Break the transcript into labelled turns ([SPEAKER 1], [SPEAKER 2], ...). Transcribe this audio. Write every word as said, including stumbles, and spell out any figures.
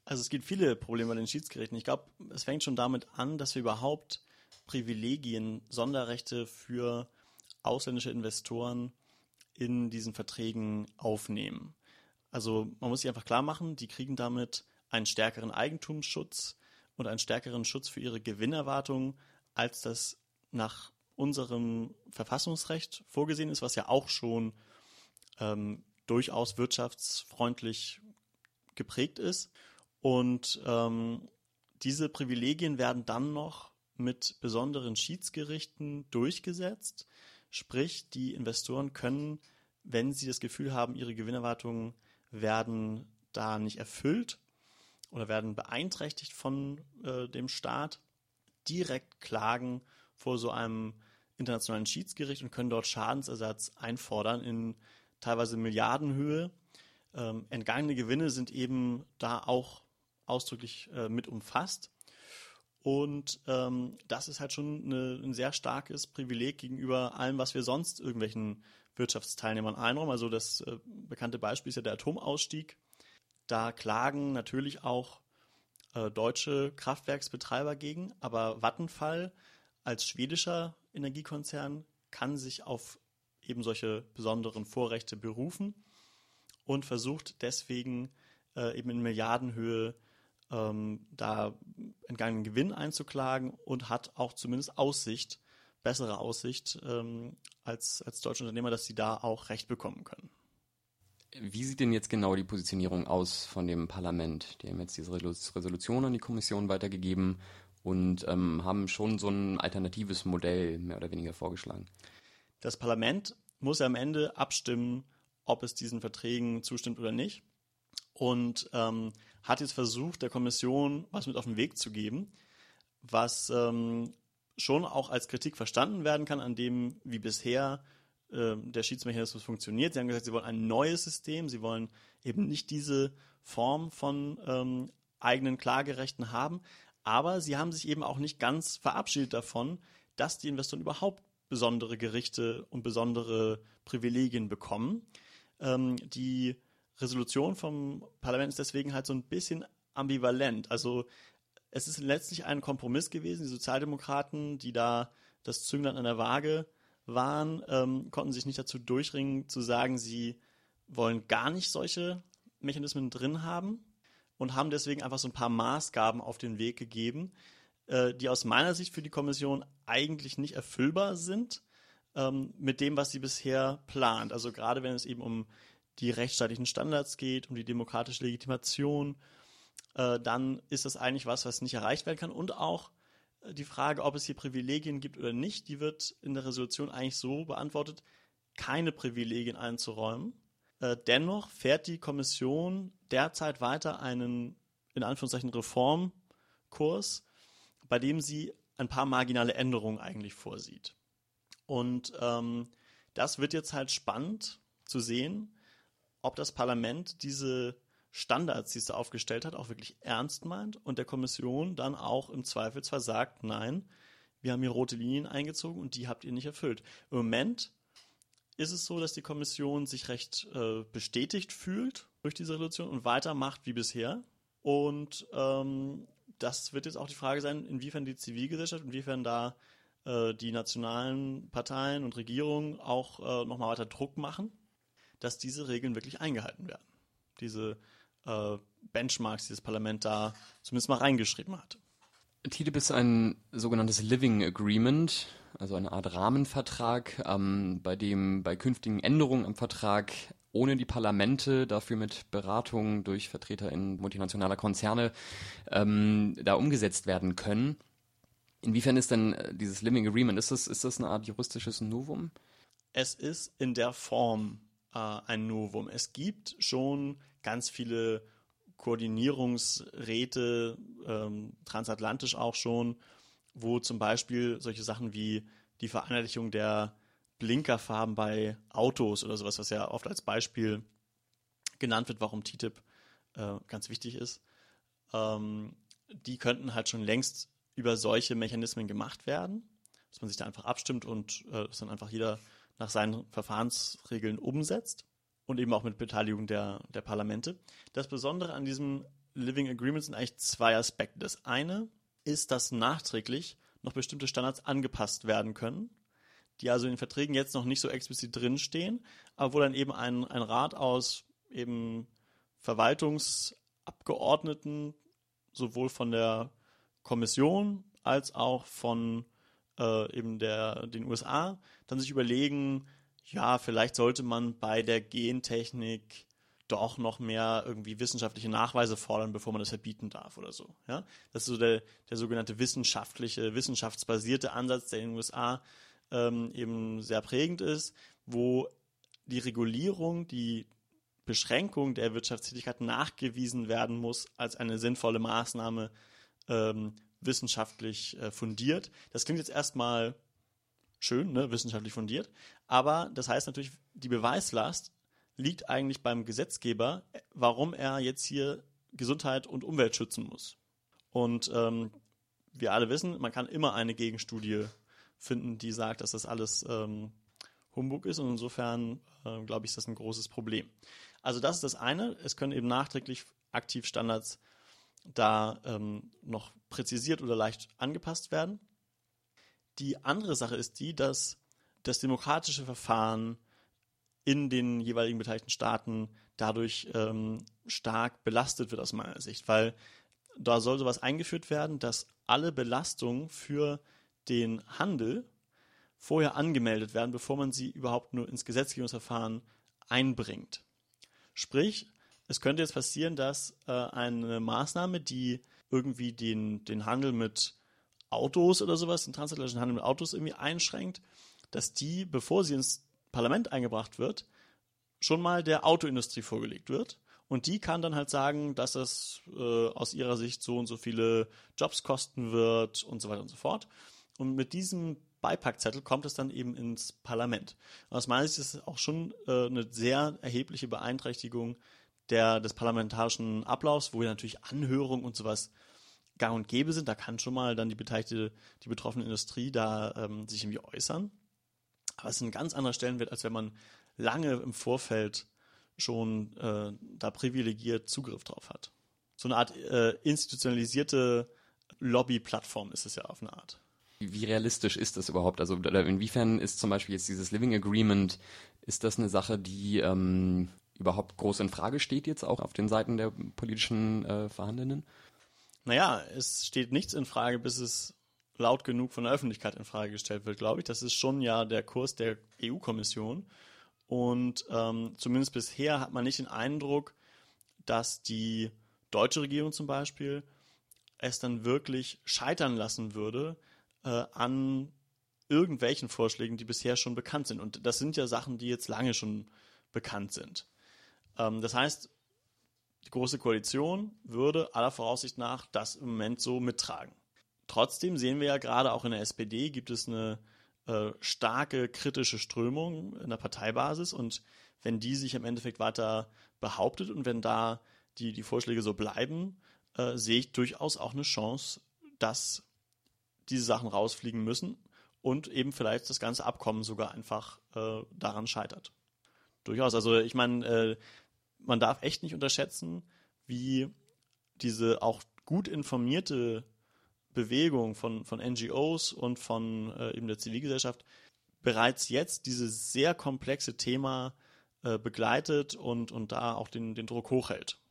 [SPEAKER 1] Also es gibt viele Probleme bei den Schiedsgerichten. Ich glaube, es fängt schon damit an, dass wir überhaupt Privilegien, Sonderrechte für ausländische Investoren in diesen Verträgen aufnehmen. Also man muss sich einfach klar machen, die kriegen damit einen stärkeren Eigentumsschutz und einen stärkeren Schutz für ihre Gewinnerwartungen, als das nach unserem Verfassungsrecht vorgesehen ist, was ja auch schon ähm, durchaus wirtschaftsfreundlich geprägt ist. Und ähm, diese Privilegien werden dann noch mit besonderen Schiedsgerichten durchgesetzt. Sprich, die Investoren können, wenn sie das Gefühl haben, ihre Gewinnerwartungen werden da nicht erfüllt oder werden beeinträchtigt von äh, dem Staat, direkt klagen vor so einem internationalen Schiedsgericht und können dort Schadensersatz einfordern in teilweise Milliardenhöhe. Ähm, entgangene Gewinne sind eben da auch ausdrücklich äh, mit umfasst. Und ähm, das ist halt schon eine, ein sehr starkes Privileg gegenüber allem, was wir sonst irgendwelchen Wirtschaftsteilnehmern einräumen. Also das äh, bekannte Beispiel ist ja der Atomausstieg. Da klagen natürlich auch äh, deutsche Kraftwerksbetreiber gegen, aber Vattenfall als schwedischer Energiekonzern kann sich auf eben solche besonderen Vorrechte berufen und versucht deswegen äh, eben in Milliardenhöhe ähm, da entgangenen Gewinn einzuklagen und hat auch zumindest Aussicht, bessere Aussicht ähm, als, als deutsche Unternehmer, dass sie da auch Recht bekommen können.
[SPEAKER 2] Wie sieht denn jetzt genau die Positionierung aus von dem Parlament? Die haben jetzt diese Resolution an die Kommission weitergegeben und ähm, haben schon so ein alternatives Modell mehr oder weniger vorgeschlagen.
[SPEAKER 1] Das Parlament muss ja am Ende abstimmen, ob es diesen Verträgen zustimmt oder nicht. Und ähm, hat jetzt versucht, der Kommission was mit auf den Weg zu geben, was ähm, schon auch als Kritik verstanden werden kann an dem, wie bisher äh, der Schiedsmechanismus funktioniert. Sie haben gesagt, sie wollen ein neues System, sie wollen eben nicht diese Form von ähm, eigenen Klagerechten haben, aber sie haben sich eben auch nicht ganz verabschiedet davon, dass die Investoren überhaupt besondere Gerichte und besondere Privilegien bekommen. Ähm, die Resolution vom Parlament ist deswegen halt so ein bisschen ambivalent. Also es ist letztlich ein Kompromiss gewesen. Die Sozialdemokraten, die da das Zünglein an der Waage waren, ähm, konnten sich nicht dazu durchringen, zu sagen, sie wollen gar nicht solche Mechanismen drin haben und haben deswegen einfach so ein paar Maßgaben auf den Weg gegeben, äh, die aus meiner Sicht für die Kommission eigentlich nicht erfüllbar sind ähm, mit dem, was sie bisher plant. Also gerade wenn es eben um die rechtsstaatlichen Standards geht, um die demokratische Legitimation, äh, dann ist das eigentlich was, was nicht erreicht werden kann. Und auch äh, die Frage, ob es hier Privilegien gibt oder nicht, die wird in der Resolution eigentlich so beantwortet, keine Privilegien einzuräumen. Äh, dennoch fährt die Kommission derzeit weiter einen, in Anführungszeichen, Reformkurs, bei dem sie ein paar marginale Änderungen eigentlich vorsieht. Und ähm, das wird jetzt halt spannend zu sehen, ob das Parlament diese Standards, die es da aufgestellt hat, auch wirklich ernst meint und der Kommission dann auch im Zweifelsfall sagt, nein, wir haben hier rote Linien eingezogen und die habt ihr nicht erfüllt. Im Moment ist es so, dass die Kommission sich recht äh, bestätigt fühlt durch diese Resolution und weitermacht wie bisher. Und ähm, das wird jetzt auch die Frage sein, inwiefern die Zivilgesellschaft, inwiefern da äh, die nationalen Parteien und Regierungen auch äh, nochmal weiter Druck machen, dass diese Regeln wirklich eingehalten werden. Diese äh, Benchmarks, die das Parlament da zumindest mal reingeschrieben hat.
[SPEAKER 2] T T I P ist ein sogenanntes Living Agreement, also eine Art Rahmenvertrag, ähm, bei dem bei künftigen Änderungen am Vertrag ohne die Parlamente, dafür mit Beratungen durch VertreterInnen multinationaler Konzerne ähm, da umgesetzt werden können. Inwiefern ist denn dieses Living Agreement, ist das, ist das eine Art juristisches Novum?
[SPEAKER 1] Es ist in der Form äh, ein Novum. Es gibt schon ganz viele Koordinierungsräte, ähm, transatlantisch auch schon, wo zum Beispiel solche Sachen wie die Vereinheitlichung der Blinkerfarben bei Autos oder sowas, was ja oft als Beispiel genannt wird, warum T T I P äh, ganz wichtig ist, ähm, die könnten halt schon längst über solche Mechanismen gemacht werden, dass man sich da einfach abstimmt und äh, dass dann einfach jeder nach seinen Verfahrensregeln umsetzt und eben auch mit Beteiligung der, der Parlamente. Das Besondere an diesem Living Agreements sind eigentlich zwei Aspekte. Das eine ist, dass nachträglich noch bestimmte Standards angepasst werden können, die also in den Verträgen jetzt noch nicht so explizit drinstehen, aber wo dann eben ein, ein Rat aus eben Verwaltungsabgeordneten sowohl von der Kommission als auch von äh, eben der, den U S A dann sich überlegen, ja, vielleicht sollte man bei der Gentechnik doch noch mehr irgendwie wissenschaftliche Nachweise fordern, bevor man das verbieten darf oder so. Ja? Das ist so der, der sogenannte wissenschaftliche, wissenschaftsbasierte Ansatz, der in den U S A ähm, eben sehr prägend ist, wo die Regulierung, die Beschränkung der Wirtschaftstätigkeit nachgewiesen werden muss als eine sinnvolle Maßnahme, ähm, wissenschaftlich äh, fundiert. Das klingt jetzt erstmal schön, ne, wissenschaftlich fundiert, aber das heißt natürlich, die Beweislast liegt eigentlich beim Gesetzgeber, warum er jetzt hier Gesundheit und Umwelt schützen muss. Und ähm, wir alle wissen, man kann immer eine Gegenstudie finden, die sagt, dass das alles ähm, Humbug ist und insofern, äh, glaube ich, ist das ein großes Problem. Also das ist das eine, es können eben nachträglich Aktivstandards da ähm, noch präzisiert oder leicht angepasst werden. Die andere Sache ist die, dass das demokratische Verfahren in den jeweiligen beteiligten Staaten dadurch ähm, stark belastet wird aus meiner Sicht, weil da soll sowas eingeführt werden, dass alle Belastungen für den Handel vorher angemeldet werden, bevor man sie überhaupt nur ins Gesetzgebungsverfahren einbringt. Sprich, es könnte jetzt passieren, dass äh, eine Maßnahme, die irgendwie den, den Handel mit Autos oder sowas, den transatlantischen Handel mit Autos irgendwie einschränkt, dass die, bevor sie ins Parlament eingebracht wird, schon mal der Autoindustrie vorgelegt wird. Und die kann dann halt sagen, dass das äh, aus ihrer Sicht so und so viele Jobs kosten wird und so weiter und so fort. Und mit diesem Beipackzettel kommt es dann eben ins Parlament. Und aus meiner Sicht ist es auch schon äh, eine sehr erhebliche Beeinträchtigung der, des parlamentarischen Ablaufs, wo ja natürlich Anhörungen und sowas gang und gäbe sind. Da kann schon mal dann die beteiligte, die betroffene Industrie da ähm, sich irgendwie äußern. Aber es ist ein ganz anderer Stellenwert, als wenn man lange im Vorfeld schon äh, da privilegiert Zugriff drauf hat. So eine Art äh, institutionalisierte Lobby-Plattform ist es ja auf eine Art.
[SPEAKER 2] Wie realistisch ist das überhaupt? Also inwiefern ist zum Beispiel jetzt dieses Living Agreement, ist das eine Sache, die ähm, überhaupt groß in Frage steht jetzt auch auf den Seiten der politischen äh, Verhandelnden?
[SPEAKER 1] Naja, es steht nichts in Frage, bis es laut genug von der Öffentlichkeit in Frage gestellt wird, glaube ich. Das ist schon ja der Kurs der E U-Kommission. Und ähm, zumindest bisher hat man nicht den Eindruck, dass die deutsche Regierung zum Beispiel es dann wirklich scheitern lassen würde äh, an irgendwelchen Vorschlägen, die bisher schon bekannt sind. Und das sind ja Sachen, die jetzt lange schon bekannt sind. Ähm, das heißt, die Große Koalition würde aller Voraussicht nach das im Moment so mittragen. Trotzdem sehen wir ja gerade auch in der S P D gibt es eine äh, starke kritische Strömung in der Parteibasis und wenn die sich im Endeffekt weiter behauptet und wenn da die, die Vorschläge so bleiben, äh, sehe ich durchaus auch eine Chance, dass diese Sachen rausfliegen müssen und eben vielleicht das ganze Abkommen sogar einfach äh, daran scheitert. Durchaus. Also ich meine, äh, man darf echt nicht unterschätzen, wie diese auch gut informierte Bewegung von, von N G Os und von äh, eben der Zivilgesellschaft bereits jetzt dieses sehr komplexe Thema äh, begleitet und, und da auch den, den Druck hochhält.